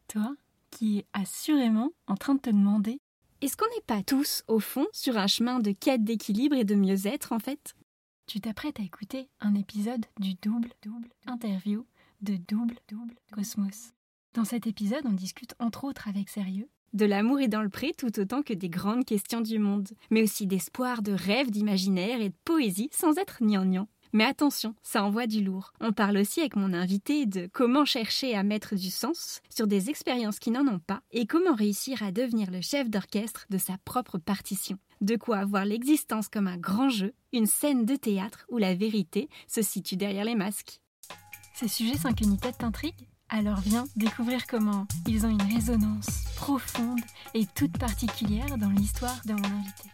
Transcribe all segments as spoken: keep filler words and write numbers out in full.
Toi qui es assurément en train de te demander est-ce qu'on n'est pas tous, au fond, sur un chemin de quête d'équilibre et de mieux-être, en fait? Tu t'apprêtes à écouter un épisode du double, double interview de Double, double Cosmos. Dans cet épisode, on discute entre autres avec sérieux de l'amour et dans le pré tout autant que des grandes questions du monde, mais aussi d'espoir, de rêves, d'imaginaire et de poésie sans être gnangnan. Mais attention, ça envoie du lourd. On parle aussi avec mon invité de comment chercher à mettre du sens sur des expériences qui n'en ont pas et comment réussir à devenir le chef d'orchestre de sa propre partition. De quoi voir l'existence comme un grand jeu, une scène de théâtre où la vérité se situe derrière les masques. Ces sujets sans qu'une tête t'intrigue ? Alors viens découvrir comment ils ont une résonance profonde et toute particulière dans l'histoire de mon invité.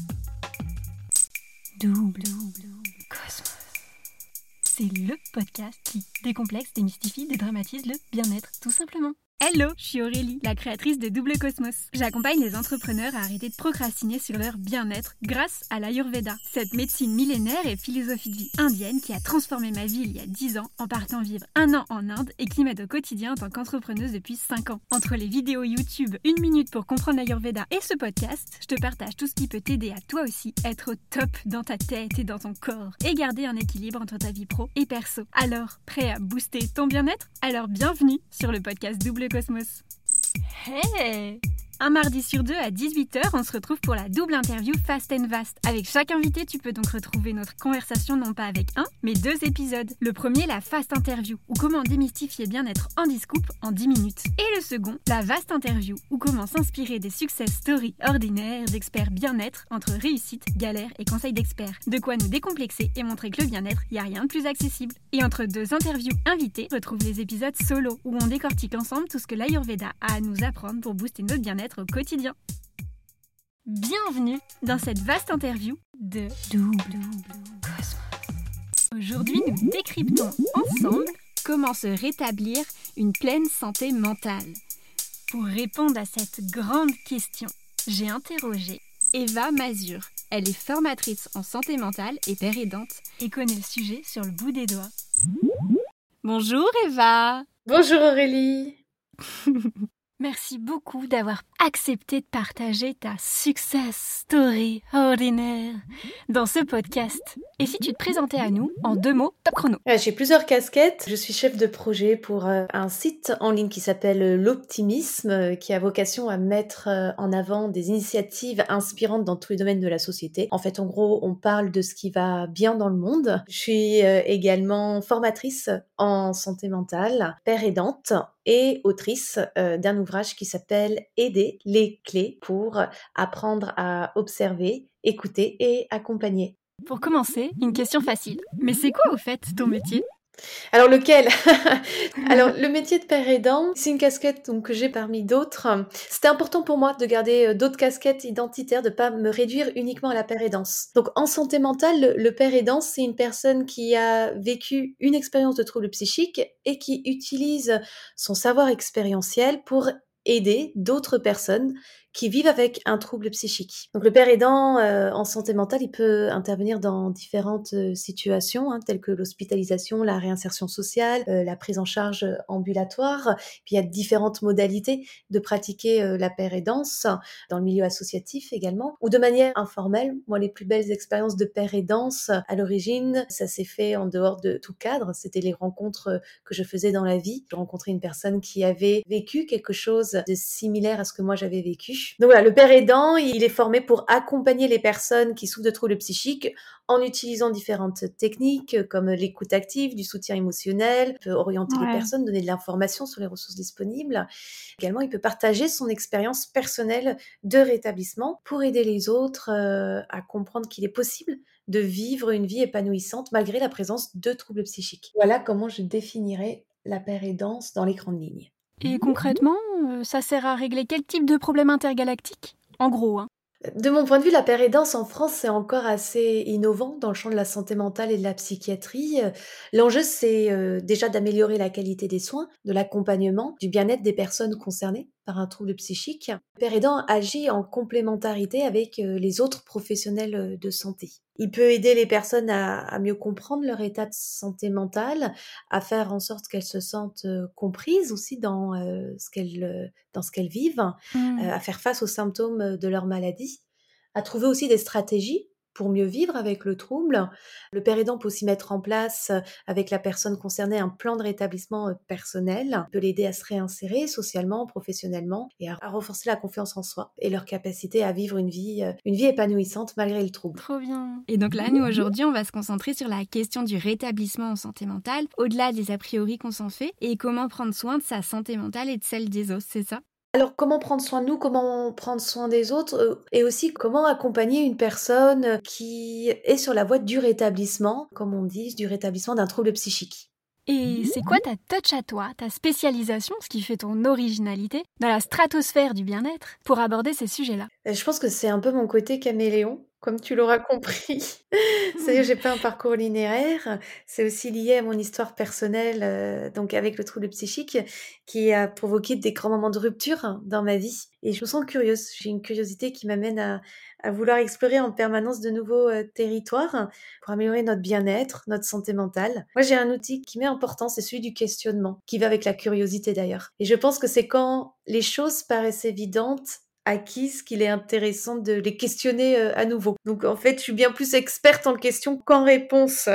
Double, double Cosmos. C'est le podcast qui décomplexe, démystifie, dédramatise le bien-être, tout simplement. Hello, je suis Aurélie, la créatrice de Double Cosmos. J'accompagne les entrepreneurs à arrêter de procrastiner sur leur bien-être grâce à l'Ayurveda, cette médecine millénaire et philosophie de vie indienne qui a transformé ma vie il y a dix ans en partant vivre un an en Inde et qui m'aide au quotidien en tant qu'entrepreneuse depuis cinq ans. Entre les vidéos YouTube, une minute pour comprendre l'Ayurveda et ce podcast, je te partage tout ce qui peut t'aider à toi aussi être au top dans ta tête et dans ton corps et garder un équilibre entre ta vie pro et perso. Alors, prêt à booster ton bien-être ? Alors bienvenue sur le podcast Double Cosmos. Hey! Un mardi sur deux à dix-huit heures, on se retrouve pour la double interview Fast and Vast. Avec chaque invité, tu peux donc retrouver notre conversation non pas avec un, mais deux épisodes. Le premier, la Fast Interview, ou comment démystifier bien-être en dix-coupe en dix minutes. Et le second, la Vast Interview, ou comment s'inspirer des success stories ordinaires d'experts bien-être entre réussite, galère et conseils d'experts. De quoi nous décomplexer et montrer que le bien-être, il n'y a rien de plus accessible. Et entre deux interviews invitées, retrouve les épisodes solo, où on décortique ensemble tout ce que l'Ayurveda a à nous apprendre pour booster notre bien-être au quotidien. Bienvenue dans cette vaste interview de Double Cosmos. Aujourd'hui, nous décryptons ensemble comment se rétablir une pleine santé mentale. Pour répondre à cette grande question, j'ai interrogé Eva Mazur. Elle est formatrice en santé mentale et père aidante et connaît le sujet sur le bout des doigts. Bonjour Eva. Bonjour Aurélie. Merci beaucoup d'avoir accepté de partager ta success story ordinaire dans ce podcast. Et si tu te présentais à nous en deux mots, top chrono. J'ai plusieurs casquettes. Je suis chef de projet pour un site en ligne qui s'appelle L'Optimisme, qui a vocation à mettre en avant des initiatives inspirantes dans tous les domaines de la société. En fait, en gros, on parle de ce qui va bien dans le monde. Je suis également formatrice en santé mentale, père aidante et autrice euh, d'un ouvrage qui s'appelle « Aider les clés » pour apprendre à observer, écouter et accompagner. Pour commencer, une question facile. Mais c'est quoi au fait ton métier ? Alors lequel ? Alors le métier de père aidant, c'est une casquette donc, que j'ai parmi d'autres. C'était important pour moi de garder d'autres casquettes identitaires, de pas me réduire uniquement à la père aidance. Donc en santé mentale, le, le père aidant, c'est une personne qui a vécu une expérience de trouble psychique et qui utilise son savoir expérientiel pour aider d'autres personnes qui vivent avec un trouble psychique. Donc le père aidant euh, en santé mentale, il peut intervenir dans différentes euh, situations, hein, telles que l'hospitalisation, la réinsertion sociale, euh, la prise en charge ambulatoire. Puis il y a différentes modalités de pratiquer euh, la père aidance dans le milieu associatif également, ou de manière informelle. Moi, les plus belles expériences de père aidance, à l'origine, ça s'est fait en dehors de tout cadre. C'était les rencontres que je faisais dans la vie. J'ai rencontré une personne qui avait vécu quelque chose de similaire à ce que moi j'avais vécu. Donc voilà, le père aidant, il est formé pour accompagner les personnes qui souffrent de troubles psychiques en utilisant différentes techniques comme l'écoute active, du soutien émotionnel, il peut orienter ouais. les personnes, donner de l'information sur les ressources disponibles. Également, il peut partager son expérience personnelle de rétablissement pour aider les autres euh, à comprendre qu'il est possible de vivre une vie épanouissante malgré la présence de troubles psychiques. Voilà comment je définirais la père aidance dans les grandes lignes. Et concrètement, ça sert à régler quel type de problème intergalactique ? En gros, hein. De mon point de vue, la père aidance en France, c'est encore assez innovant dans le champ de la santé mentale et de la psychiatrie. L'enjeu, c'est euh, déjà d'améliorer la qualité des soins, de l'accompagnement, du bien-être des personnes concernées. par un trouble psychique, le père aidant agit en complémentarité avec euh, les autres professionnels euh, de santé. Il peut aider les personnes à, à mieux comprendre leur état de santé mentale, à faire en sorte qu'elles se sentent euh, comprises aussi dans, euh, ce qu'elles, euh, dans ce qu'elles vivent, euh, Mmh. à faire face aux symptômes de leur maladie, à trouver aussi des stratégies pour mieux vivre avec le trouble. Le père aidant peut aussi mettre en place, euh, avec la personne concernée, un plan de rétablissement euh, personnel, peut l'aider à se réinsérer socialement, professionnellement, et à, à renforcer la confiance en soi et leur capacité à vivre une vie, euh, une vie épanouissante malgré le trouble. Trop bien. Et donc là, nous, aujourd'hui, on va se concentrer sur la question du rétablissement en santé mentale, au-delà des a priori qu'on s'en fait, et comment prendre soin de sa santé mentale et de celle des autres, c'est ça? Alors, comment prendre soin de nous, comment prendre soin des autres, heu, et aussi comment accompagner une personne, heu, qui est sur la voie du rétablissement, comme on dit, du rétablissement d'un trouble psychique. Et c'est quoi ta touch à toi, ta spécialisation, ce qui fait ton originalité, dans la stratosphère du bien-être, pour aborder ces sujets-là? Heu, je pense que c'est un peu mon côté caméléon, comme tu l'auras compris. C'est-à-dire j'ai pas un parcours linéaire, c'est aussi lié à mon histoire personnelle, heu, donc avec le trouble psychique, qui a provoqué des grands moments de rupture dans ma vie et je me sens curieuse. J'ai une curiosité qui m'amène à à vouloir explorer en permanence de nouveaux, heu, territoires pour améliorer notre bien-être, notre santé mentale. Moi, j'ai un outil qui m'est important, c'est celui du questionnement, qui va avec la curiosité d'ailleurs et je pense que c'est quand les choses paraissent évidentes, acquises, qu'il est intéressant de les questionner, heu, à nouveau. Donc en fait, je suis bien plus experte en questions qu'en réponses.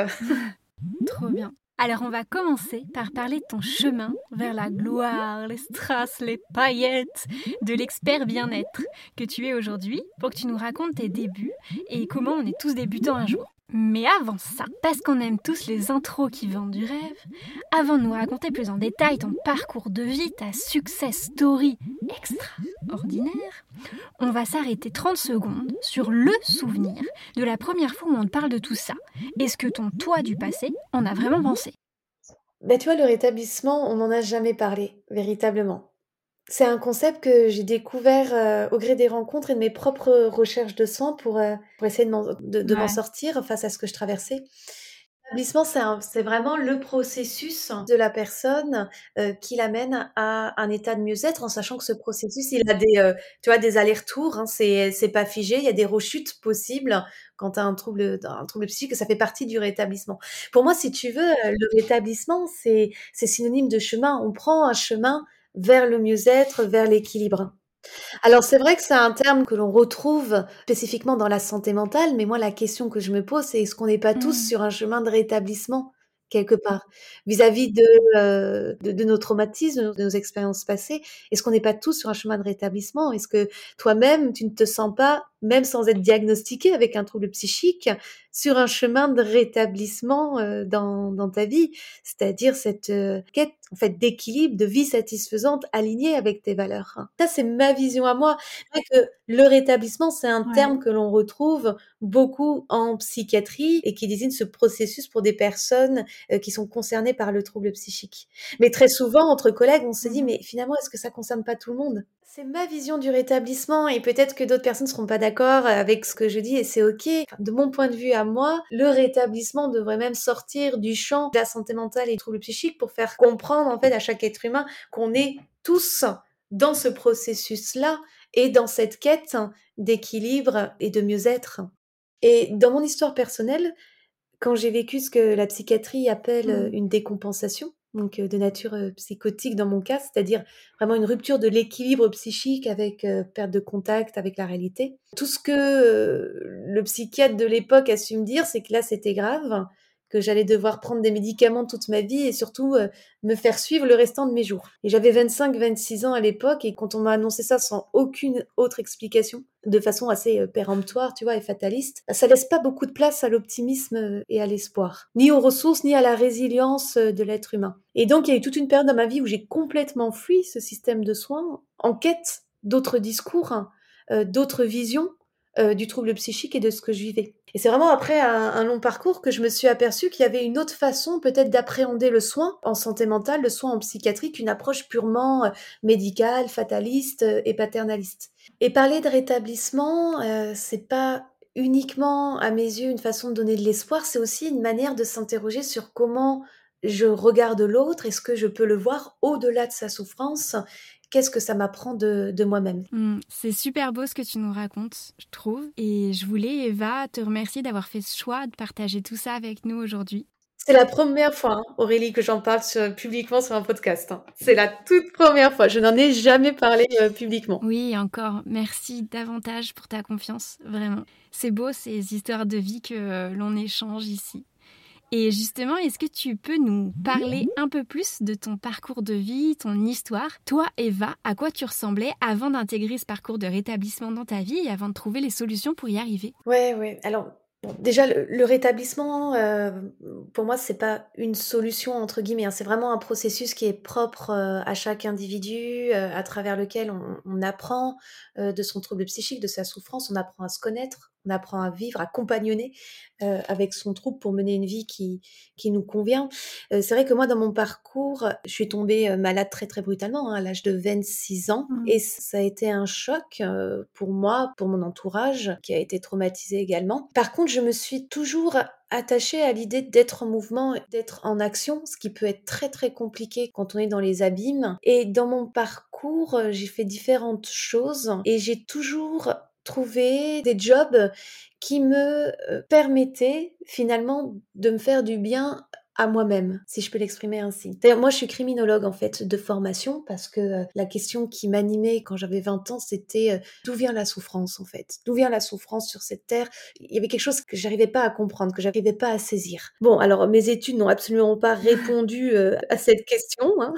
Trop bien. Alors on va commencer par parler de ton chemin vers la gloire, les strass, les paillettes, de l'expert bien-être que tu es aujourd'hui, pour que tu nous racontes tes débuts et comment on est tous débutants un jour. Mais avant ça, parce qu'on aime tous les intros qui vendent du rêve, avant de nous raconter plus en détail ton parcours de vie, ta success story extraordinaire, on va s'arrêter trente secondes sur le souvenir de la première fois où on te parle de tout ça. Est-ce que ton toi du passé en a vraiment pensé? Bah, tu vois, le rétablissement, on n'en a jamais parlé, véritablement. C'est un concept que j'ai découvert, heu, au gré des rencontres et de mes propres recherches de soins pour, heu, pour essayer de m'en de de m'en Ouais. sortir face à ce que je traversais. L'établissement, c'est un c'est vraiment le processus de la personne, heu, qui l'amène à un état de mieux-être, en sachant que ce processus, il a des, heu, tu vois, des allers-retours, hein. C'est c'est pas figé, il y a des rechutes possibles quand tu as un trouble, un trouble psychique, ça fait partie du rétablissement. Pour moi, si tu veux, heu, le rétablissement, c'est c'est synonyme de chemin. On prend un chemin vers le mieux-être, vers l'équilibre. Alors c'est vrai que c'est un terme que l'on retrouve spécifiquement dans la santé mentale, mais moi la question que je me pose, c'est est-ce qu'on n'est pas tous Mmh. sur un chemin de rétablissement quelque part? Vis-à-vis de, heu, de de nos traumatismes, de nos de nos expériences passées, est-ce qu'on n'est pas tous sur un chemin de rétablissement? Est-ce que toi-même, tu ne te sens pas, même sans être diagnostiqué avec un trouble psychique, sur un chemin de rétablissement, heu, dans dans ta vie? C'est-à-dire cette, heu, quête en fait d'équilibre, de vie satisfaisante, alignée avec tes valeurs, hein. Ça, c'est ma vision à moi. C'est vrai que le rétablissement, c'est un Ouais. terme que l'on retrouve beaucoup en psychiatrie et qui désigne ce processus pour des personnes, heu, qui sont concernées par le trouble psychique. Mais très souvent, entre collègues, on se dit: Mmh. «Mais finalement, est-ce que ça concerne pas tout le monde?» C'est ma vision du rétablissement et peut-être que d'autres personnes seront pas d'accord avec ce que je dis et c'est OK. Enfin, de mon point de vue à moi, le rétablissement devrait même sortir du champ de la santé mentale et des troubles psychiques pour faire comprendre, en fait, à chaque être humain qu'on est tous dans ce processus-là et dans cette quête d'équilibre et de mieux-être. Et dans mon histoire personnelle, quand j'ai vécu ce que la psychiatrie appelle, heu, Mmh. une décompensation, donc heu, de nature, heu, psychotique dans mon cas, c'est-à-dire vraiment une rupture de l'équilibre psychique avec, heu, perte de contact avec la réalité. Tout ce que, heu, le psychiatre de l'époque a su me dire, c'est que là, c'était grave, que j'allais devoir prendre des médicaments toute ma vie et surtout, heu, me faire suivre le restant de mes jours. Et j'avais vingt-cinq vingt-six ans à l'époque et quand on m'a annoncé ça sans aucune autre explication, de façon assez, heu, péremptoire, tu vois? Et fataliste, ça laisse pas beaucoup de place à l'optimisme, heu, et à l'espoir, ni aux ressources, ni à la résilience, heu, de l'être humain. Et donc il y a eu toute une période dans ma vie où j'ai complètement fui ce système de soins, en quête d'autres discours, heu, d'autres visions, heu, du trouble psychique et de ce que je vivais. Et c'est vraiment après un un long parcours que je me suis aperçue qu'il y avait une autre façon peut-être d'appréhender le soin en santé mentale, le soin en psychiatrie, qu'une approche purement, heu, médicale, fataliste, heu, et paternaliste. Et parler de rétablissement, heu, c'est pas uniquement, à mes yeux, une façon de donner de l'espoir, c'est aussi une manière de s'interroger sur comment je regarde l'autre, est-ce que je peux le voir au-delà de sa souffrance? Qu'est-ce que ça m'apprend de, de moi-même? Mmh, c'est super beau ce que tu nous racontes, je trouve. Et je voulais, Eva, te remercier d'avoir fait ce choix de partager tout ça avec nous aujourd'hui. C'est la première fois, hein, Aurélie, que j'en parle sur- publiquement sur un podcast, hein. C'est la toute première fois. Je n'en ai jamais parlé euh, publiquement. Oui, encore, merci davantage pour ta confiance, vraiment. C'est beau ces histoires de vie que euh, l'on échange ici. Et justement, est-ce que tu peux nous parler un peu plus de ton parcours de vie, ton histoire? Toi, Eva, à quoi tu ressemblais avant d'intégrer ce parcours de rétablissement dans ta vie et avant de trouver les solutions pour y arriver? Ouais, ouais. Alors, bon, déjà, le, le rétablissement, euh, pour moi, c'est pas une solution entre guillemets, hein. C'est vraiment un processus qui est propre euh, à chaque individu, euh, à travers lequel on, on apprend euh, de son trouble psychique, de sa souffrance, on apprend à se connaître, on apprend à vivre, à compagnonner euh, avec son trouble pour mener une vie qui, qui nous convient. Euh, c'est vrai que moi, dans mon parcours, je suis tombée euh, malade très très brutalement, hein, à l'âge de vingt-six ans, Mmh. et ça a été un choc euh, pour moi, pour mon entourage, qui a été traumatisé également. Par contre, je me suis toujours attachée à l'idée d'être en mouvement, d'être en action, ce qui peut être très très compliqué quand on est dans les abîmes. Et dans mon parcours, euh, j'ai fait différentes choses et j'ai toujours trouvé des jobs qui me euh, permettaient finalement de me faire du bien à moi-même, si je peux l'exprimer ainsi. D'ailleurs, moi, je suis criminologue, en fait, de formation, parce que euh, la question qui m'animait quand j'avais vingt ans, c'était euh, d'où vient la souffrance, en fait? D'où vient la souffrance sur cette terre? Il y avait quelque chose que j'arrivais pas à comprendre, que j'arrivais pas à saisir. Bon, alors, mes études n'ont absolument pas répondu euh, à cette question, hein.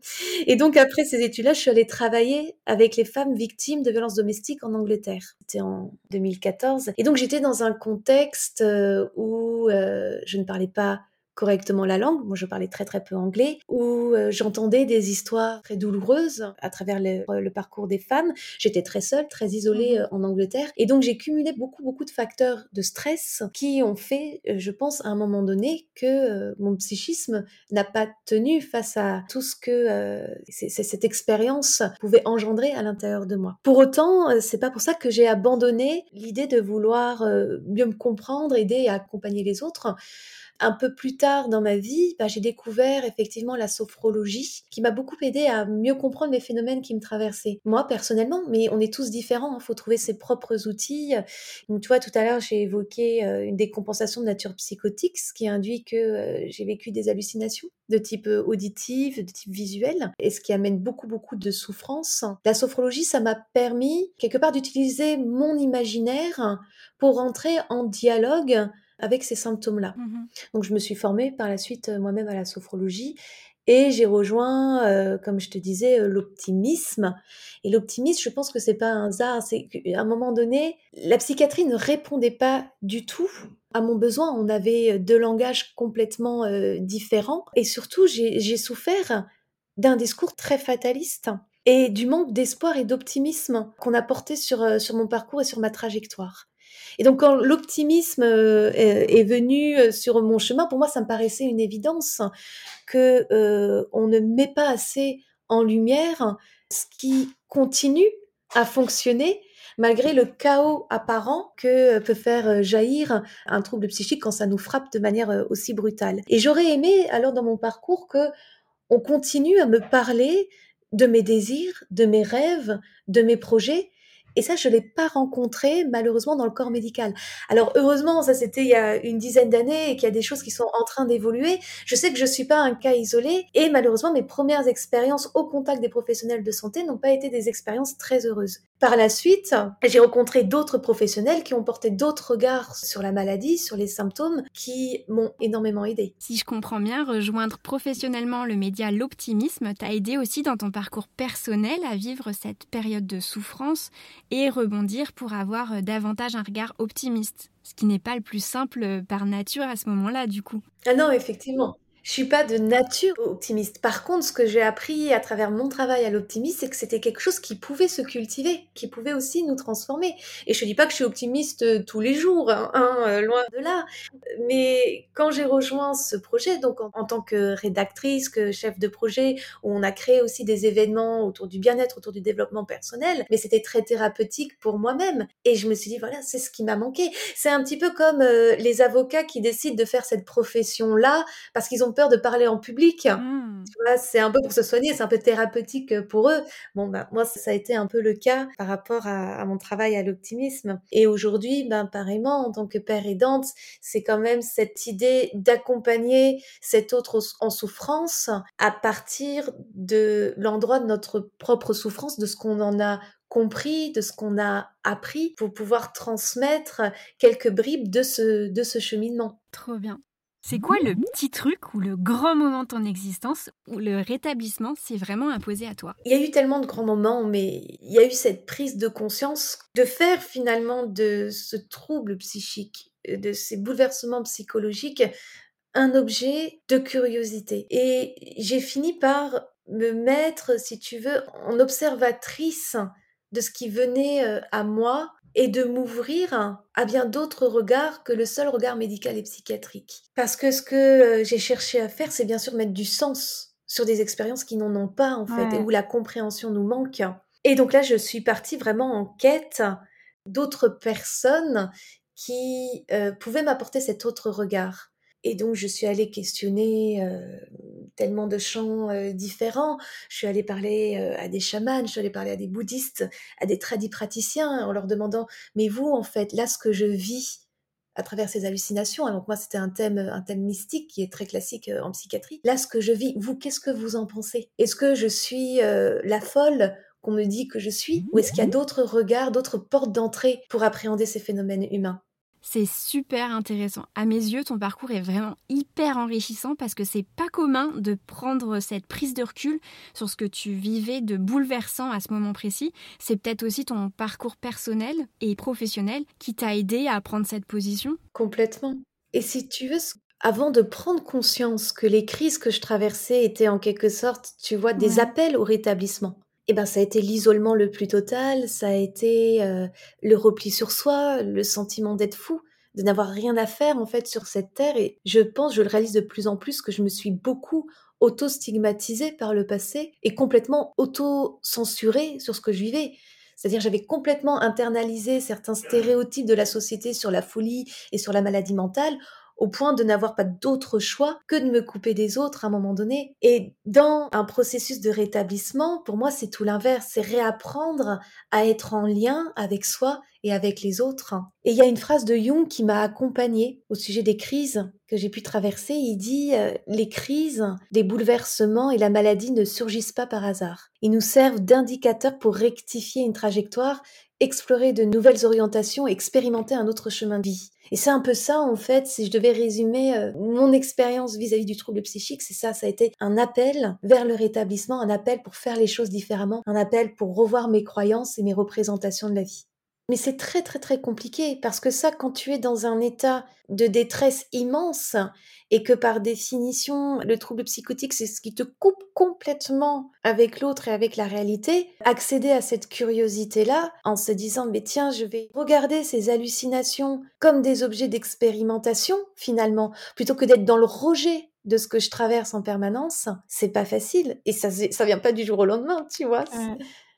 Et donc, après ces études-là, je suis allée travailler avec les femmes victimes de violences domestiques en Angleterre. C'était en deux mille quatorze. Et donc, j'étais dans un contexte euh, où euh, je ne parlais pas correctement la langue, moi je parlais très très peu anglais, où euh, j'entendais des histoires très douloureuses à travers le, le parcours des femmes. J'étais très seule, très isolée euh, en Angleterre, et donc j'ai cumulé beaucoup beaucoup de facteurs de stress qui ont fait, euh, je pense, à un moment donné, que euh, mon psychisme n'a pas tenu face à tout ce que euh, c'est, c'est cette expérience pouvait engendrer à l'intérieur de moi. Pour autant, euh, c'est pas pour ça que j'ai abandonné l'idée de vouloir euh, mieux me comprendre, aider et accompagner les autres. Un peu plus tard dans ma vie, bah, j'ai découvert effectivement la sophrologie qui m'a beaucoup aidée à mieux comprendre les phénomènes qui me traversaient. Moi, personnellement, mais on est tous différents, il faut trouver ses propres outils. Donc, tu vois, tout à l'heure, j'ai évoqué euh, une décompensation de nature psychotique, ce qui induit que euh, j'ai vécu des hallucinations de type euh, auditif, de type visuel, et ce qui amène beaucoup, beaucoup de souffrance. La sophrologie, ça m'a permis, quelque part, d'utiliser mon imaginaire pour entrer en dialogue avec ces symptômes-là. Mmh. Donc je me suis formée par la suite euh, moi-même à la sophrologie et j'ai rejoint, euh, comme je te disais, euh, l'optimisme. Et l'optimisme, je pense que c'est pas un hasard, c'est qu'à un moment donné, la psychiatrie ne répondait pas du tout à mon besoin. On avait euh, deux langages complètement euh, différents et surtout, j'ai, j'ai souffert d'un discours très fataliste et du manque d'espoir et d'optimisme qu'on a porté sur, euh, sur mon parcours et sur ma trajectoire. Et donc quand l'optimisme euh, est, est venu euh, sur mon chemin, pour moi, ça me paraissait une évidence que euh, on ne met pas assez en lumière ce qui continue à fonctionner malgré le chaos apparent que peut faire jaillir un trouble psychique quand ça nous frappe de manière aussi brutale. Et j'aurais aimé alors dans mon parcours que on continue à me parler de mes désirs, de mes rêves, de mes projets. Et ça, je ne l'ai pas rencontré malheureusement dans le corps médical. Alors heureusement, ça c'était il y a une dizaine d'années et qu'il y a des choses qui sont en train d'évoluer. Je sais que je ne suis pas un cas isolé et malheureusement, mes premières expériences au contact des professionnels de santé n'ont pas été des expériences très heureuses. Par la suite, j'ai rencontré d'autres professionnels qui ont porté d'autres regards sur la maladie, sur les symptômes, qui m'ont énormément aidée. Si je comprends bien, rejoindre professionnellement le média L'Optimisme t'a aidé aussi dans ton parcours personnel à vivre cette période de souffrance et rebondir pour avoir davantage un regard optimiste, ce qui n'est pas le plus simple par nature à ce moment-là du coup. Ah non, effectivement. Je suis pas de nature optimiste. Par contre, ce que j'ai appris à travers mon travail à l'optimisme, c'est que c'était quelque chose qui pouvait se cultiver, qui pouvait aussi nous transformer. Et je dis pas que je suis optimiste euh, tous les jours, hein, hein, euh, loin de là. Mais quand j'ai rejoint ce projet, donc en, en tant que rédactrice, que chef de projet, où on a créé aussi des événements autour du bien-être, autour du développement personnel, mais c'était très thérapeutique pour moi-même. Et je me suis dit, voilà, c'est ce qui m'a manqué. C'est un petit peu comme euh, les avocats qui décident de faire cette profession-là parce qu'ils ont ont peur de parler en public. Mmh. Tu vois? C'est un peu pour se soigner, c'est un peu thérapeutique, heu, pour eux. Bon, bah, moi, ça a été un peu le cas par rapport à à mon travail à l'optimisme et aujourd'hui, ben, pareillement, en tant que père aidante, c'est quand même cette idée d'accompagner cet autre au en souffrance à partir de l'endroit de notre propre souffrance, de ce qu'on en a compris, de ce qu'on a appris pour pouvoir transmettre quelques bribes de ce de ce cheminement. Trop bien. C'est quoi le petit truc ou le grand moment de ton existence où le rétablissement s'est vraiment imposé à toi? Il y a eu tellement de grands moments, mais il y a eu cette prise de conscience de faire finalement de ce trouble psychique, heu, de ces bouleversements psychologiques, un objet de curiosité et j'ai fini par me mettre, si tu veux, en observatrice de ce qui venait, heu, à moi et de m'ouvrir à bien d'autres regards que le seul regard médical et psychiatrique. Parce que ce que, heu, j'ai cherché à faire, c'est bien sûr mettre du sens sur des expériences qui n'en ont pas, en fait, et Ouais. où la compréhension nous manque. Et donc là, je suis partie vraiment en quête d'autres personnes qui, heu, pouvaient m'apporter cet autre regard. Et donc je suis allée questionner, heu, tellement de champs, heu, différents. Je suis allée parler, heu, à des chamans, je suis allée parler à des bouddhistes, à des tradipraticiens, en leur demandant: «Mais vous, en fait, là, ce que je vis à travers ces hallucinations», hein, donc moi, c'était un thème, un thème mystique qui est très classique, heu, en psychiatrie. «Là, ce que je vis, vous, qu'est-ce que vous en pensez? Est-ce que je suis, heu, la folle qu'on me dit que je suis? Ou est-ce qu'il y a d'autres regards, d'autres portes d'entrée pour appréhender ces phénomènes humains?» C'est super intéressant. À mes yeux, ton parcours est vraiment hyper enrichissant parce que c'est pas commun de prendre cette prise de recul sur ce que tu vivais de bouleversant à ce moment précis. C'est peut-être aussi ton parcours personnel et professionnel qui t'a aidé à prendre cette position. Complètement. Et si tu veux, ce avant de prendre conscience que les crises que je traversais étaient en quelque sorte, tu vois, des Ouais. appels au rétablissement, et ben, ça a été l'isolement le plus total, ça a été, heu, le repli sur soi, le sentiment d'être fou, de n'avoir rien à faire, en fait, sur cette terre et je pense, je le réalise de plus en plus, que je me suis beaucoup auto-stigmatisée par le passé et complètement auto-censurée sur ce que je vivais. C'est-à-dire, j'avais complètement internalisé certains stéréotypes de la société sur la folie et sur la maladie mentale, au point de n'avoir pas d'autre choix que de me couper des autres à un moment donné. Et dans un processus de rétablissement, pour moi, c'est tout l'inverse, c'est réapprendre à être en lien avec soi et avec les autres. Et il y a une phrase de Jung qui m'a accompagnée au sujet des crises que j'ai pu traverser. Il dit euh, les crises, les bouleversements et la maladie ne surgissent pas par hasard. Ils nous servent d'indicateurs pour rectifier une trajectoire, explorer de nouvelles orientations, expérimenter un autre chemin de vie. Et c'est un peu ça, en fait, si je devais résumer euh, mon expérience vis-à-vis du trouble psychique, c'est ça, ça a été un appel vers le rétablissement, un appel pour faire les choses différemment, un appel pour revoir mes croyances et mes représentations de la vie. Mais c'est très, très, très compliqué parce que ça, quand tu es dans un état de détresse immense et que par définition, le trouble psychotique, c'est ce qui te coupe complètement avec l'autre et avec la réalité, accéder à cette curiosité-là en se disant, mais tiens, je vais regarder ces hallucinations comme des objets d'expérimentation, finalement, plutôt que d'être dans le rejet de ce que je traverse en permanence, c'est pas facile. Et ça, ça vient pas du jour au lendemain, tu vois. Ouais.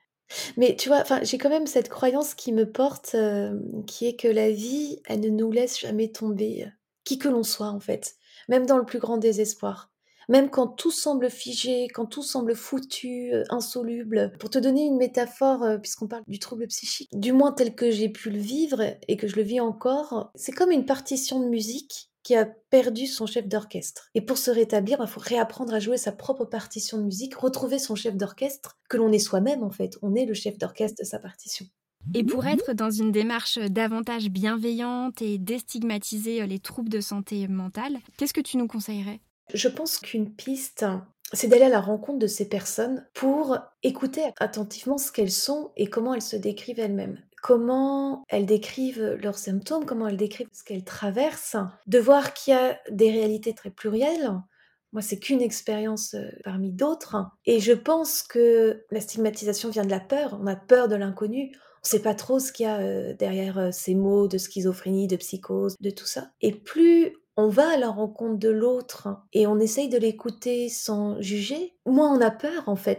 Mais tu vois, enfin, j'ai quand même cette croyance qui me porte, hem, qui est que la vie, elle ne nous laisse jamais tomber, heu, qui que l'on soit, en fait, même dans le plus grand désespoir. Même quand tout semble figé, quand tout semble foutu, heu, insoluble. Pour te donner une métaphore, heu, puisqu'on parle du trouble psychique, du moins tel que j'ai pu le vivre et que je le vis encore, c'est comme une partition de musique qui a perdu son chef d'orchestre. Et pour se rétablir, il faut réapprendre à jouer sa propre partition de musique, retrouver son chef d'orchestre, que l'on est soi-même en fait. On est le chef d'orchestre de sa partition. Et pour être dans une démarche davantage bienveillante et déstigmatiser les troubles de santé mentale, qu'est-ce que tu nous conseillerais? Je pense qu'une piste, c'est d'aller à la rencontre de ces personnes pour écouter attentivement ce qu'elles sont et comment elles se décrivent elles-mêmes. Comment elles décrivent leurs symptômes, comment elles décrivent ce qu'elles traversent, de voir qu'il y a des réalités très plurielles. Moi, c'est qu'une expérience euh, parmi d'autres. Et je pense que la stigmatisation vient de la peur. On a peur de l'inconnu. On ne sait pas trop ce qu'il y a euh, derrière euh, ces mots de schizophrénie, de psychose, de tout ça. Et plus on va à la rencontre de l'autre et on essaye de l'écouter sans juger, moins on a peur en fait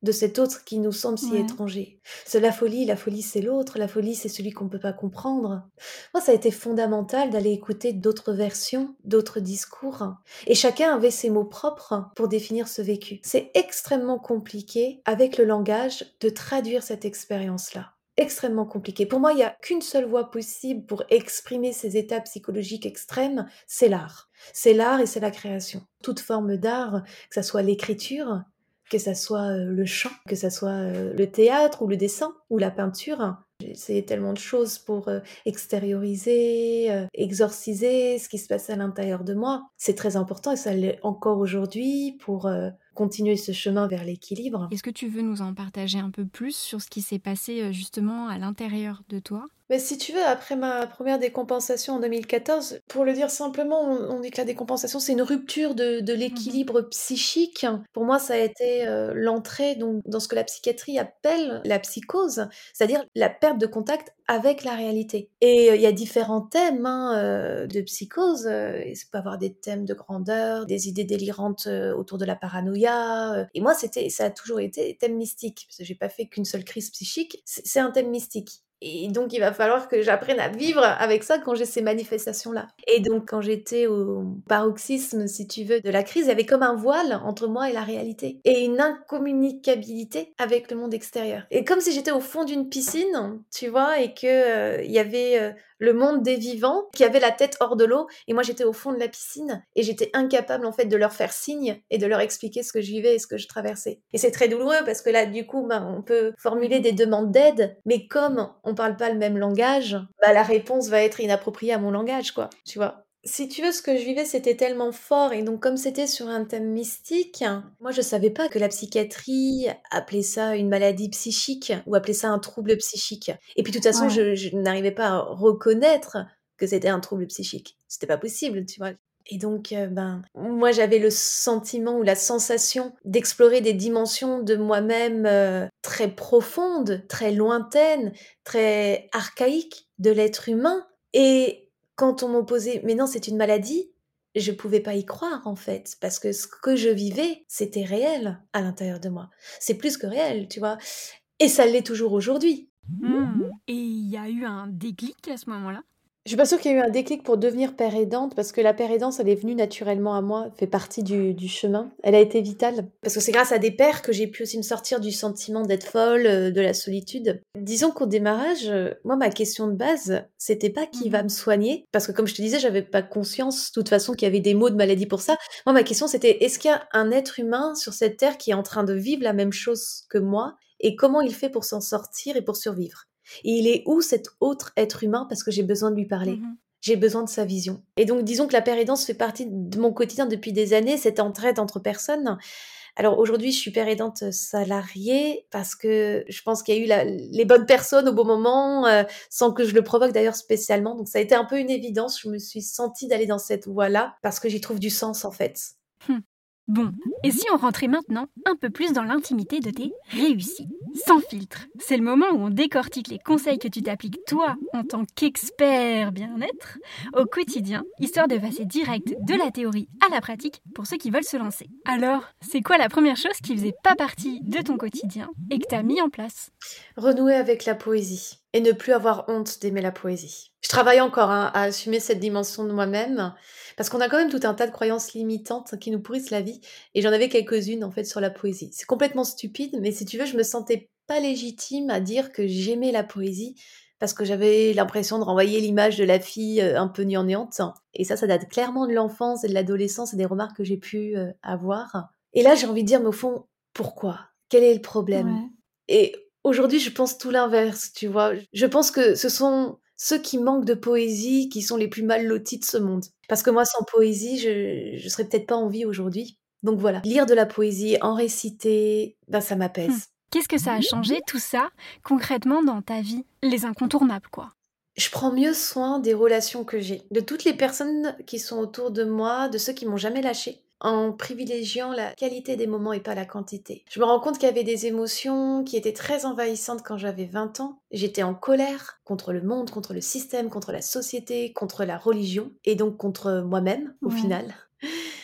de cet autre qui nous semble si Ouais. étranger. C'est la folie, la folie c'est l'autre, la folie c'est celui qu'on ne peut pas comprendre. Moi, ça a été fondamental d'aller écouter d'autres versions, d'autres discours, et chacun avait ses mots propres pour définir ce vécu. C'est extrêmement compliqué avec le langage de traduire cette expérience-là. Extrêmement compliqué. Pour moi, il n'y a qu'une seule voie possible pour exprimer ces états psychologiques extrêmes, c'est l'art. C'est l'art et c'est la création. Toute forme d'art, que ça soit l'écriture, que ça soit euh, le chant, que ça soit euh, le théâtre ou le dessin ou la peinture. J'ai essayé tellement de choses pour euh, extérioriser, euh, exorciser ce qui se passe à l'intérieur de moi. C'est très important et ça l'est encore aujourd'hui pour euh, continuer ce chemin vers l'équilibre. Est-ce que tu veux nous en partager un peu plus sur ce qui s'est passé euh, justement à l'intérieur de toi? Mais si tu veux, après ma première décompensation en deux mille quatorze, pour le dire simplement, on, on dit que la décompensation, c'est une rupture de, de Mhm. l'équilibre psychique. Pour moi, ça a été euh, l'entrée donc, dans ce que la psychiatrie appelle la psychose, c'est-à-dire la perte de contact avec la réalité. Et euh, il y a différents thèmes hein, euh, de psychose. Euh, et ça peut avoir des thèmes de grandeur, des idées délirantes euh, autour de la paranoïa. euh. Et moi, c'était, ça a toujours été thème mystique, parce que j'ai pas fait qu'une seule crise psychique. C'est, c'est un thème mystique. Et donc, il va falloir que j'apprenne à vivre avec ça quand j'ai ces manifestations-là. Et donc, quand j'étais au paroxysme, si tu veux, de la crise, il y avait comme un voile entre moi et la réalité. Et une incommunicabilité avec le monde extérieur. Et comme si j'étais au fond d'une piscine, tu vois, et que euh, il y avait euh, le monde des vivants qui avait la tête hors de l'eau, et moi j'étais au fond de la piscine, et j'étais incapable en fait de leur faire signe et de leur expliquer ce que je vivais et ce que je traversais. Et c'est très douloureux parce que là, du coup, ben, on peut formuler Mhm. des demandes d'aide, mais comme on parle pas le même langage, bah, la réponse va être inappropriée à mon langage, quoi, tu vois. Si tu veux, ce que je vivais, c'était tellement fort, et donc comme c'était sur un thème mystique, moi je savais pas que la psychiatrie appelait ça une maladie psychique, ou appelait ça un trouble psychique. Et puis de toute façon, Ouais. je, je n'arrivais pas à reconnaître que c'était un trouble psychique. C'était pas possible, tu vois. Et donc, euh, ben, moi j'avais le sentiment ou la sensation d'explorer des dimensions de moi-même euh, très profondes, très lointaines, très archaïques de l'être humain. Et quand on m'opposait, mais non, c'est une maladie, je pouvais pas y croire en fait, parce que ce que je vivais, c'était réel à l'intérieur de moi. C'est plus que réel, tu vois. Et ça l'est toujours aujourd'hui. Hmm. Et il y a eu un déclic à ce moment-là? Je suis pas sûre qu'il y ait eu un déclic pour devenir père aidante, parce que la père aidance, elle est venue naturellement à moi, fait partie du, du chemin. Elle a été vitale. Parce que c'est grâce à des pères que j'ai pu aussi me sortir du sentiment d'être folle, euh, de la solitude. Disons qu'au démarrage, euh, moi, ma question de base, c'était pas qui va Mhm. me soigner, parce que comme je te disais, j'avais pas conscience, de toute façon, qu'il y avait des mots de maladie pour ça. Moi, ma question, c'était est-ce qu'il y a un être humain sur cette terre qui est en train de vivre la même chose que moi, et comment il fait pour s'en sortir et pour survivre? Et il est où cet autre être humain parce que j'ai besoin de lui parler. Mhm. J'ai besoin de sa vision. Et donc, disons que la pérédance fait partie de mon quotidien depuis des années, cette entraide entre personnes. Alors aujourd'hui, je suis père aidante salariée parce que je pense qu'il y a eu la- les bonnes personnes au bon moment, euh, sans que je le provoque d'ailleurs spécialement. Donc ça a été un peu une évidence. Je me suis sentie d'aller dans cette voie-là parce que j'y trouve du sens en fait. Hmm. Bon, et si on rentrait maintenant un peu plus dans l'intimité de tes réussites? Sans filtre, c'est le moment où on décortique les conseils que tu t'appliques toi en tant qu'expert bien-être au quotidien, histoire de passer direct de la théorie à la pratique pour ceux qui veulent se lancer. Alors, c'est quoi la première chose qui faisait pas partie de ton quotidien et que t'as mis en place? Renouer avec la poésie et ne plus avoir honte d'aimer la poésie. Je travaille encore hein, à assumer cette dimension de moi-même parce qu'on a quand même tout un tas de croyances limitantes qui nous pourrissent la vie et j'en avais quelques-unes en fait sur la poésie. C'est complètement stupide, mais si tu veux, je me sentais pas légitime à dire que j'aimais la poésie parce que j'avais l'impression de renvoyer l'image de la fille euh, un peu gnangnáante. Et ça, ça date clairement de l'enfance et de l'adolescence et des remarques que j'ai pu euh, avoir. Et là, j'ai envie de dire, mais au fond, pourquoi? Quel est le problème? Ouais. Et aujourd'hui, je pense tout l'inverse, tu vois. Je pense que ce sont ceux qui manquent de poésie qui sont les plus mal lotis de ce monde. Parce que moi, sans poésie, je, je serais peut-être pas en vie aujourd'hui. Donc voilà, lire de la poésie, en réciter, ben ça Hmm. m'apaise. Qu'est-ce que ça a changé tout ça concrètement dans ta vie? Les incontournables, quoi. Je prends mieux soin des relations que j'ai, de toutes les personnes qui sont autour de moi, de ceux qui m'ont jamais lâché, en privilégiant la qualité des moments et pas la quantité. Je me rends compte qu'il y avait des émotions qui étaient très envahissantes quand j'avais vingt ans. J'étais en colère contre le monde, contre le système, contre la société, contre la religion, et donc contre moi-même, au Ouais. final.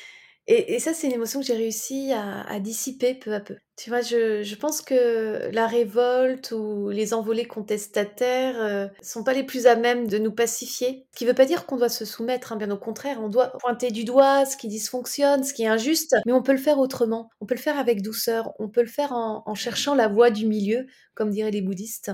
Et, et ça, c'est une émotion que j'ai réussi à, à dissiper peu à peu. Tu vois, je, je pense que la révolte ou les envolées contestataires euh, sont pas les plus à même de nous pacifier. Ce qui veut pas dire qu'on doit se soumettre, hein, bien au contraire, on doit pointer du doigt ce qui dysfonctionne, ce qui est injuste, mais on peut le faire autrement. On peut le faire avec douceur, on peut le faire en, en cherchant la voie du milieu, comme diraient les bouddhistes.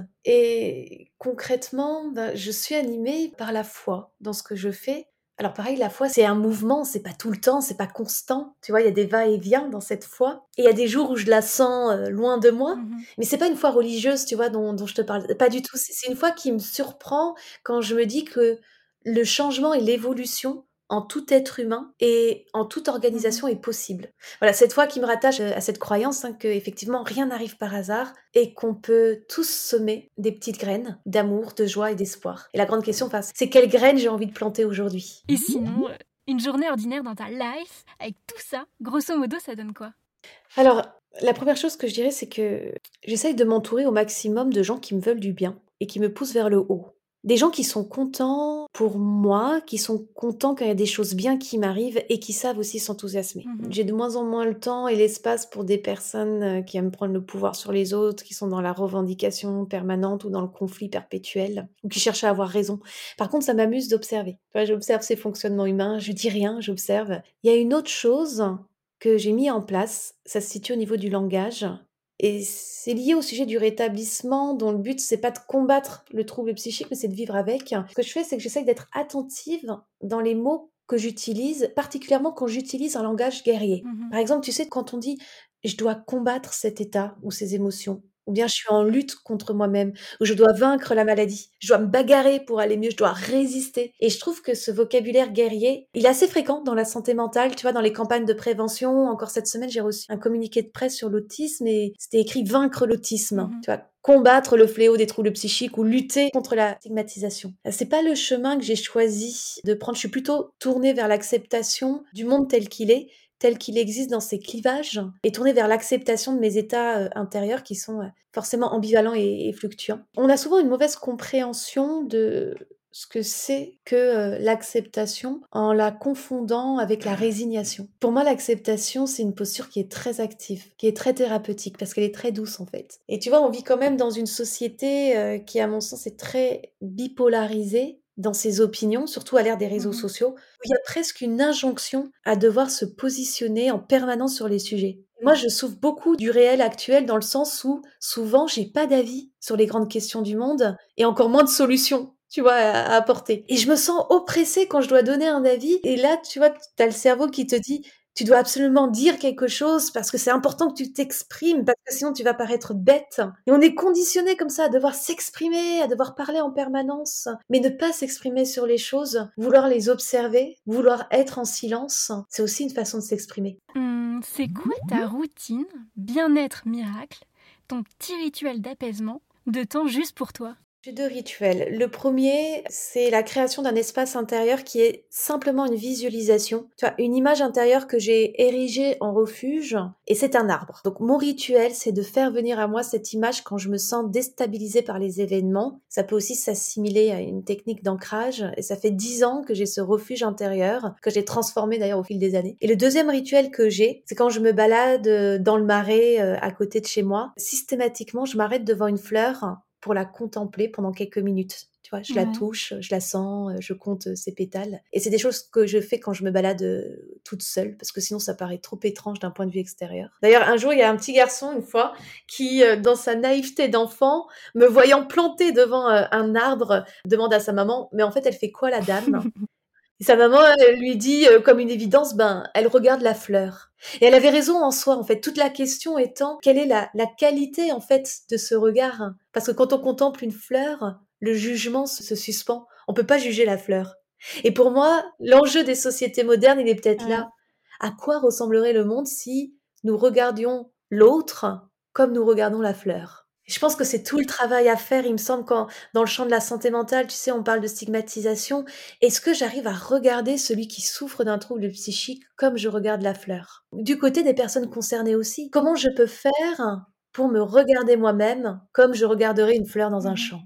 Et concrètement, ben, je suis animée par la foi dans ce que je fais. Alors pareil, la foi, c'est un mouvement, c'est pas tout le temps, c'est pas constant. Tu vois, il y a des va-et-vient dans cette foi. Et il y a des jours où je la sens euh, loin de moi. Mhm. Mais c'est pas une foi religieuse, tu vois, dont, dont je te parle. Pas du tout. C'est c'est une foi qui me surprend quand je me dis que le changement et l'évolution en tout être humain et en toute Mhm. organisation est possible. Voilà, cette foi qui me rattache euh, à cette croyance hein, que effectivement rien n'arrive par hasard et qu'on peut tous semer des petites graines d'amour, de joie et d'espoir. Et la grande question, enfin, c'est quelles graines j'ai envie de planter aujourd'hui. Et sinon, euh, une journée ordinaire dans ta life, avec tout ça, grosso modo, ça donne quoi? Alors, la première chose que je dirais, c'est que j'essaye de m'entourer au maximum de gens qui me veulent du bien et qui me poussent vers le haut. Des gens qui sont contents pour moi, qui sont contents quand il y a des choses bien qui m'arrivent et qui savent aussi s'enthousiasmer. Mhm. J'ai de moins en moins le temps et l'espace pour des personnes euh, qui aiment prendre le pouvoir sur les autres, qui sont dans la revendication permanente ou dans le conflit perpétuel, ou qui cherchent à avoir raison. Par contre, ça m'amuse d'observer. Tu vois, j'observe ces fonctionnements humains, je dis rien, j'observe. Il y a une autre chose que j'ai mis en place, ça se situe au niveau du langage. Et c'est lié au sujet du rétablissement, dont le but, c'est pas de combattre le trouble psychique, mais c'est de vivre avec. Ce que je fais, c'est que j'essaye d'être attentive dans les mots que j'utilise, particulièrement quand j'utilise un langage guerrier. Mhm. Par exemple, tu sais, quand on dit « je dois combattre cet état ou ces émotions », ou bien « je suis en lutte contre moi-même », ou « je dois vaincre la maladie », « je dois me bagarrer pour aller mieux, je dois résister ». Et je trouve que ce vocabulaire guerrier, il est assez fréquent dans la santé mentale, tu vois, dans les campagnes de prévention. Encore cette semaine, j'ai reçu un communiqué de presse sur l'autisme et c'était écrit « vaincre l'autisme Mhm. ». Tu vois, combattre le fléau des troubles psychiques ou lutter contre la stigmatisation. C'est pas le chemin que j'ai choisi de prendre. Je suis plutôt tournée vers l'acceptation du monde tel qu'il est, tel qu'il existe dans ses clivages, et tournée vers l'acceptation de mes états euh, intérieurs qui sont euh, forcément ambivalents et, et fluctuants. On a souvent une mauvaise compréhension de ce que c'est que euh, l'acceptation en la confondant avec la résignation. Pour moi, l'acceptation, c'est une posture qui est très active, qui est très thérapeutique, parce qu'elle est très douce en fait. Et tu vois, on vit quand même dans une société euh, qui, à mon sens, est très bipolarisée dans ses opinions, surtout à l'ère des réseaux Mhm. sociaux, où il y a presque une injonction à devoir se positionner en permanence sur les sujets. Moi, je souffre beaucoup du réel actuel dans le sens où souvent, j'ai pas d'avis sur les grandes questions du monde et encore moins de solutions, tu vois, à, à apporter. Et je me sens oppressée quand je dois donner un avis. Et là, tu vois, t'as le cerveau qui te dit, tu dois absolument dire quelque chose parce que c'est important que tu t'exprimes, parce que sinon tu vas paraître bête. Et on est conditionné comme ça à devoir s'exprimer, à devoir parler en permanence, mais ne pas s'exprimer sur les choses, vouloir les observer, vouloir être en silence, c'est aussi une façon de s'exprimer. Hum, c'est quoi ta routine, bien-être miracle, ton petit rituel d'apaisement, de temps juste pour toi? J'ai deux rituels. Le premier, c'est la création d'un espace intérieur qui est simplement une visualisation. Tu vois, une image intérieure que j'ai érigée en refuge, et c'est un arbre. Donc mon rituel, c'est de faire venir à moi cette image quand je me sens déstabilisée par les événements. Ça peut aussi s'assimiler à une technique d'ancrage, et ça fait dix ans que j'ai ce refuge intérieur, que j'ai transformé d'ailleurs au fil des années. Et le deuxième rituel que j'ai, c'est quand je me balade euh, dans le marais euh, à côté de chez moi. Systématiquement, je m'arrête devant une fleur pour la contempler pendant quelques minutes. Tu vois, je la Ouais. touche, je la sens, je compte ses pétales. Et c'est des choses que je fais quand je me balade euh, toute seule, parce que sinon ça paraît trop étrange d'un point de vue extérieur. D'ailleurs, un jour, il y a un petit garçon, une fois, qui, euh, dans sa naïveté d'enfant, me voyant plantée devant euh, un arbre, demande à sa maman, mais en fait, elle fait quoi la dame? Et sa maman, elle lui dit euh, comme une évidence, ben, elle regarde la fleur. Et elle avait raison en soi, en fait. Toute la question étant, quelle est la, la qualité, en fait, de ce regard? Parce que quand on contemple une fleur, le jugement se, se suspend. On peut pas juger la fleur. Et pour moi, l'enjeu des sociétés modernes, il est peut-être Ouais. là. À quoi ressemblerait le monde si nous regardions l'autre comme nous regardons la fleur? Et je pense que c'est tout le travail à faire, il me semble, quand dans le champ de la santé mentale, tu sais, on parle de stigmatisation. Est-ce que j'arrive à regarder celui qui souffre d'un trouble psychique comme je regarde la fleur? Du côté des personnes concernées aussi, comment je peux faire pour me regarder moi-même comme je regarderais une fleur dans un Mhm. champ?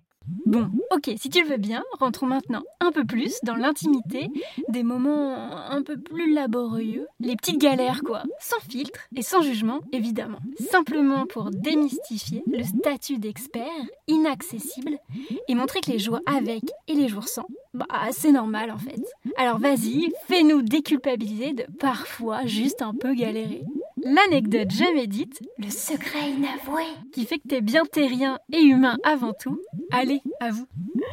Bon, ok, si tu le veux bien, rentrons maintenant un peu plus dans l'intimité, des moments un peu plus laborieux, les petites galères quoi, sans filtre et sans jugement évidemment. Simplement pour démystifier le statut d'expert inaccessible et montrer que les jours avec et les jours sans, bah c'est normal en fait. Alors vas-y, fais-nous déculpabiliser de parfois juste un peu galérer. L'anecdote jamais dite, le secret inavoué, qui fait que t'es bien terrien et humain avant tout. Allez, à vous.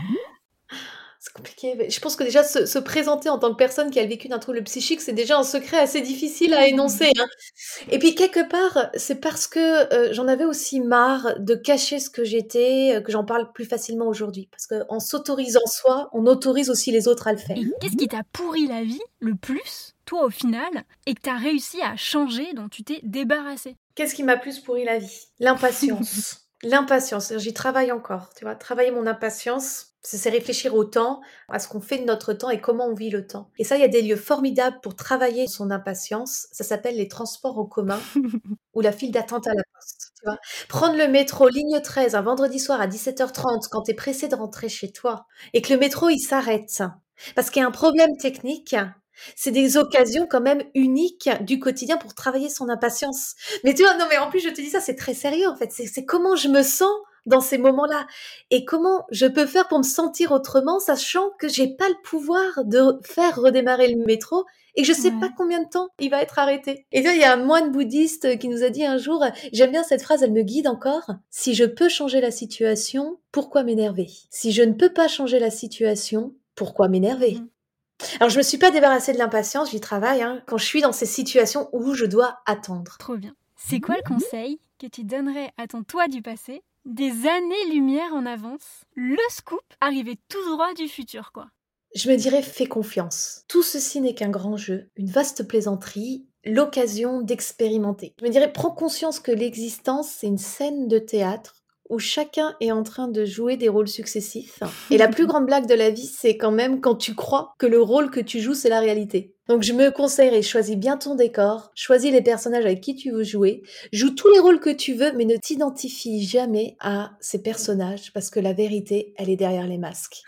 C'est compliqué. Mais je pense que déjà se, se présenter en tant que personne qui a vécu d'un trouble psychique, c'est déjà un secret assez difficile à énoncer. Hein. Et puis quelque part, c'est parce que euh, j'en avais aussi marre de cacher ce que j'étais, euh, que j'en parle plus facilement aujourd'hui. Parce qu'en s'autorisant soi, on autorise aussi les autres à le faire. Et qu'est-ce qui t'a pourri la vie le plus, toi au final, et que t'as réussi à changer, dont tu t'es débarrassé? Qu'est-ce qui m'a plus pourri la vie? L'impatience. L'impatience, j'y travaille encore, tu vois. Travailler mon impatience, c'est réfléchir au temps, à ce qu'on fait de notre temps et comment on vit le temps. Et ça, il y a des lieux formidables pour travailler son impatience. Ça s'appelle les transports en commun ou la file d'attente à la poste, tu vois. Prendre le métro, ligne treize, un vendredi soir à dix-sept heures trente, quand t'es pressé de rentrer chez toi, et que le métro, il s'arrête. Parce qu'il y a un problème technique. C'est des occasions quand même uniques du quotidien pour travailler son impatience. Mais tu vois, non mais en plus je te dis ça, c'est très sérieux en fait. C'est, c'est comment je me sens dans ces moments-là et comment je peux faire pour me sentir autrement, sachant que j'ai pas le pouvoir de faire redémarrer le métro et que je sais Ouais. pas combien de temps il va être arrêté. Et tu vois, il y a un moine bouddhiste qui nous a dit un jour, j'aime bien cette phrase, elle me guide encore. Si je peux changer la situation, pourquoi m'énerver? Si je ne peux pas changer la situation, pourquoi m'énerver? Mhm. Alors, je me suis pas débarrassée de l'impatience, j'y travaille, hein, quand je suis dans ces situations où je dois attendre. Trop bien. C'est quoi le conseil que tu donnerais à ton toi du passé, des années-lumière en avance, le scoop arrivé tout droit du futur quoi? Je me dirais, fais confiance. Tout ceci n'est qu'un grand jeu, une vaste plaisanterie, l'occasion d'expérimenter. Je me dirais, prends conscience que l'existence, c'est une scène de théâtre où chacun est en train de jouer des rôles successifs. Et la plus grande blague de la vie, c'est quand même quand tu crois que le rôle que tu joues, c'est la réalité. Donc je me conseillerais, choisis bien ton décor, choisis les personnages avec qui tu veux jouer, joue tous les rôles que tu veux, mais ne t'identifie jamais à ces personnages, parce que la vérité, elle est derrière les masques.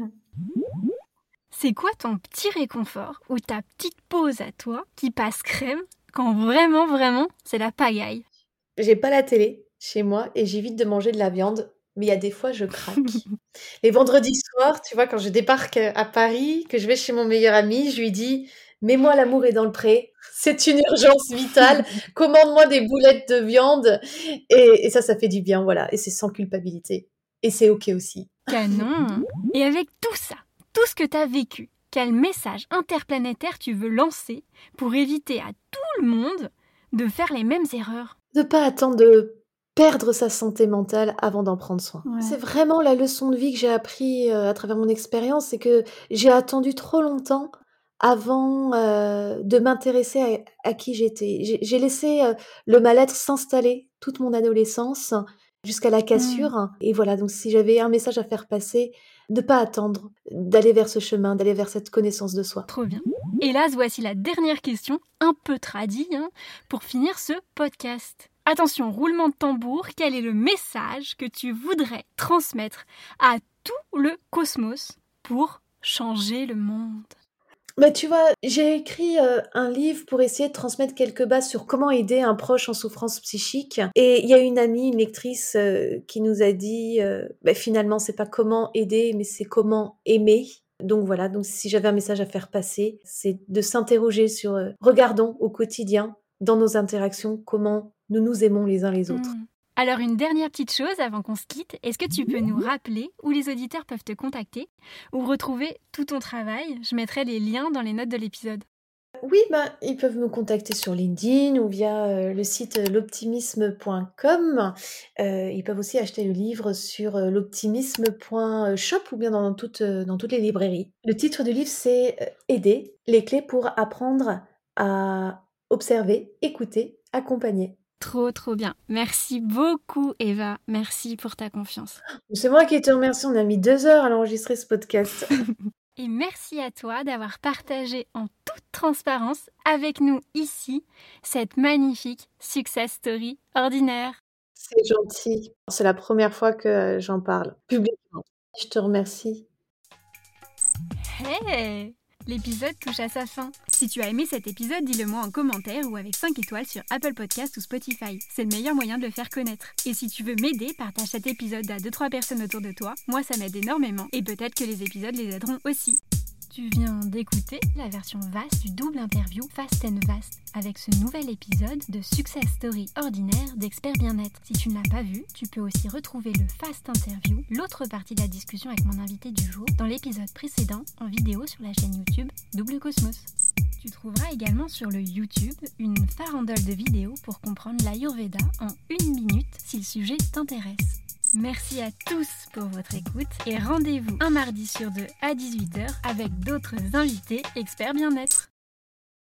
C'est quoi ton petit réconfort ou ta petite pause à toi qui passe crème quand vraiment, vraiment, c'est la pagaille? J'ai pas la télé chez moi et j'évite de manger de la viande, mais il y a des fois, je craque. Les vendredis soirs, tu vois, quand je débarque à Paris, que je vais chez mon meilleur ami, je lui dis, mets-moi l'amour est dans le pré. C'est une urgence vitale. Commande-moi des boulettes de viande. Et, et ça, ça fait du bien, voilà. Et c'est sans culpabilité. Et c'est OK aussi. Canon! Et avec tout ça, tout ce que t'as vécu, quel message interplanétaire tu veux lancer pour éviter à tout le monde de faire les mêmes erreurs? Ne pas attendre de perdre sa santé mentale avant d'en prendre soin. Ouais. C'est vraiment la leçon de vie que j'ai appris euh, à travers mon expérience, c'est que j'ai attendu trop longtemps avant euh, de m'intéresser à, à qui j'étais. J'ai, j'ai laissé euh, le mal-être s'installer toute mon adolescence jusqu'à la Mm. cassure. Et voilà, donc si j'avais un message à faire passer, ne pas attendre d'aller vers ce chemin, d'aller vers cette connaissance de soi. Trop bien. Hélas, voici la dernière question, un peu tradie, hein, pour finir ce podcast. Attention, roulement de tambour, quel est le message que tu voudrais transmettre à tout le cosmos pour changer le monde? Mais tu vois, j'ai écrit euh, un livre pour essayer de transmettre quelques bases sur comment aider un proche en souffrance psychique. Et il y a une amie, une lectrice, euh, qui nous a dit, euh, bah, finalement, c'est pas comment aider, mais c'est comment aimer. Donc voilà, donc si j'avais un message à faire passer, c'est de s'interroger sur, euh, regardons au quotidien, dans nos interactions, comment nous nous aimons les uns les autres. Hmm. Alors une dernière petite chose avant qu'on se quitte, est-ce que tu peux nous rappeler où les auditeurs peuvent te contacter ou retrouver tout ton travail? Je mettrai les liens dans les notes de l'épisode. Oui, ben, ils peuvent me contacter sur LinkedIn ou via euh, le site euh, l'optimisme point com. Euh, ils peuvent aussi acheter le livre sur euh, l'optimisme point shop ou bien dans, toutes, euh, dans toutes les librairies. Le titre du livre, c'est euh, Aider, les clés pour apprendre à observer, écouter, accompagner. Trop, trop bien. Merci beaucoup, Eva. Merci pour ta confiance. C'est moi qui te remercie. On a mis deux heures à l'enregistrer ce podcast. Et merci à toi d'avoir partagé en toute transparence avec nous ici cette magnifique success story ordinaire. C'est gentil. C'est la première fois que j'en parle publiquement. Je te remercie. Hey! L'épisode touche à sa fin. Si tu as aimé cet épisode, dis-le moi en commentaire ou avec cinq étoiles sur Apple Podcasts ou Spotify. C'est le meilleur moyen de le faire connaître. Et si tu veux m'aider, partage cet épisode à deux trois personnes autour de toi. Moi, ça m'aide énormément et peut-être que les épisodes les aideront aussi. Tu viens d'écouter la version vaste du double interview Fast and Vast avec ce nouvel épisode de Success Story ordinaire d'Expert Bien-être. Si tu ne l'as pas vu, tu peux aussi retrouver le Fast Interview, l'autre partie de la discussion avec mon invité du jour, dans l'épisode précédent en vidéo sur la chaîne YouTube Double Cosmos. Tu trouveras également sur le YouTube une farandole de vidéos pour comprendre l'Ayurveda en une minute si le sujet t'intéresse. Merci à tous pour votre écoute et rendez-vous un mardi sur deux à dix-huit heures avec d'autres invités experts bien-être.